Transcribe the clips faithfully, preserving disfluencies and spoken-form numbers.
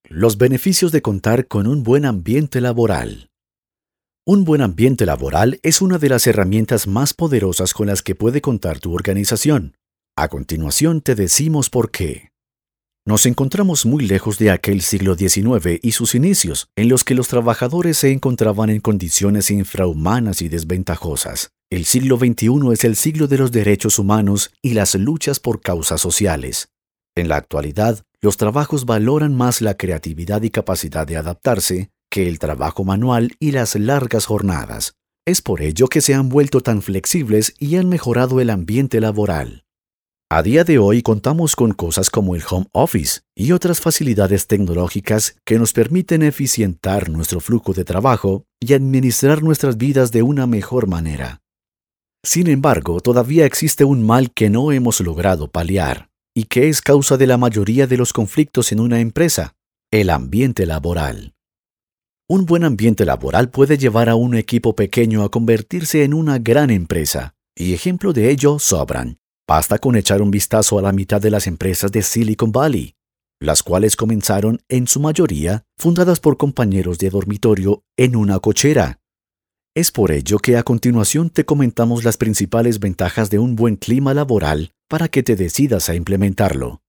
Los beneficios de contar con un buen ambiente laboral. Un buen ambiente laboral es una de las herramientas más poderosas con las que puede contar tu organización. A continuación te decimos por qué. Nos encontramos muy lejos de aquel siglo diecinueve y sus inicios, en los que los trabajadores se encontraban en condiciones infrahumanas y desventajosas. El siglo veintiuno es el siglo de los derechos humanos y las luchas por causas sociales. En la actualidad, los trabajos valoran más la creatividad y capacidad de adaptarse que el trabajo manual y las largas jornadas. Es por ello que se han vuelto tan flexibles y han mejorado el ambiente laboral. A día de hoy contamos con cosas como el home office y otras facilidades tecnológicas que nos permiten eficientar nuestro flujo de trabajo y administrar nuestras vidas de una mejor manera. Sin embargo, todavía existe un mal que no hemos logrado paliar y que es causa de la mayoría de los conflictos en una empresa: el ambiente laboral. Un buen ambiente laboral puede llevar a un equipo pequeño a convertirse en una gran empresa, y ejemplo de ello sobran. Basta con echar un vistazo a la mitad de las empresas de Silicon Valley, las cuales comenzaron, en su mayoría, fundadas por compañeros de dormitorio en una cochera. Es por ello que a continuación te comentamos las principales ventajas de un buen clima laboral para que te decidas a implementarlo.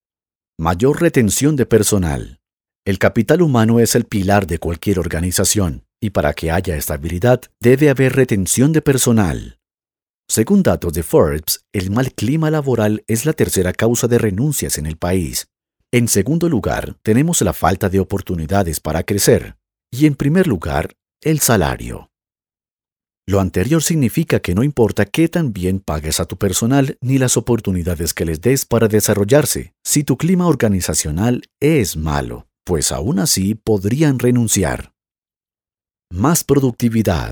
Mayor retención de personal. El capital humano es el pilar de cualquier organización, y para que haya estabilidad debe haber retención de personal. Según datos de Forbes, el mal clima laboral es la tercera causa de renuncias en el país. En segundo lugar, tenemos la falta de oportunidades para crecer. Y en primer lugar, el salario. Lo anterior significa que no importa qué tan bien pagues a tu personal ni las oportunidades que les des para desarrollarse, si tu clima organizacional es malo, pues aún así podrían renunciar. Más productividad.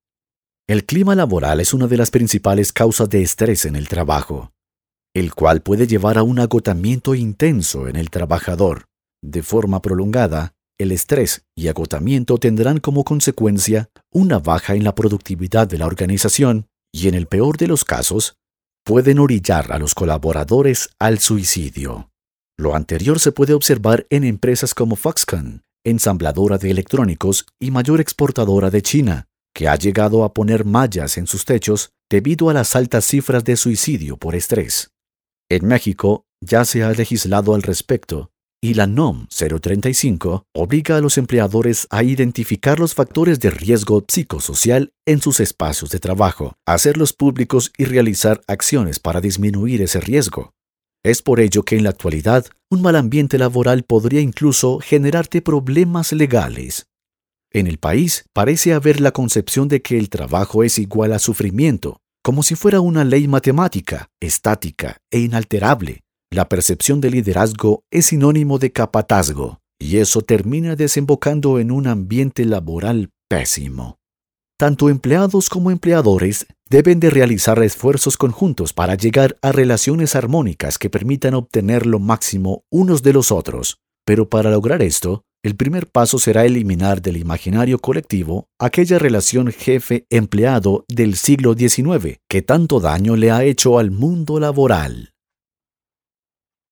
El clima laboral es una de las principales causas de estrés en el trabajo, el cual puede llevar a un agotamiento intenso en el trabajador. De forma prolongada, el estrés y agotamiento tendrán como consecuencia una baja en la productividad de la organización y, en el peor de los casos, pueden orillar a los colaboradores al suicidio. Lo anterior se puede observar en empresas como Foxconn, ensambladora de electrónicos y mayor exportadora de China, que ha llegado a poner mallas en sus techos debido a las altas cifras de suicidio por estrés. En México ya se ha legislado al respecto, y la N O M cero treinta y cinco obliga a los empleadores a identificar los factores de riesgo psicosocial en sus espacios de trabajo, hacerlos públicos y realizar acciones para disminuir ese riesgo. Es por ello que en la actualidad un mal ambiente laboral podría incluso generarte problemas legales. En el país parece haber la concepción de que el trabajo es igual a sufrimiento, como si fuera una ley matemática, estática e inalterable. La percepción de liderazgo es sinónimo de capatazgo, y eso termina desembocando en un ambiente laboral pésimo. Tanto empleados como empleadores deben de realizar esfuerzos conjuntos para llegar a relaciones armónicas que permitan obtener lo máximo unos de los otros. Pero para lograr esto, el primer paso será eliminar del imaginario colectivo aquella relación jefe-empleado del siglo diecinueve que tanto daño le ha hecho al mundo laboral.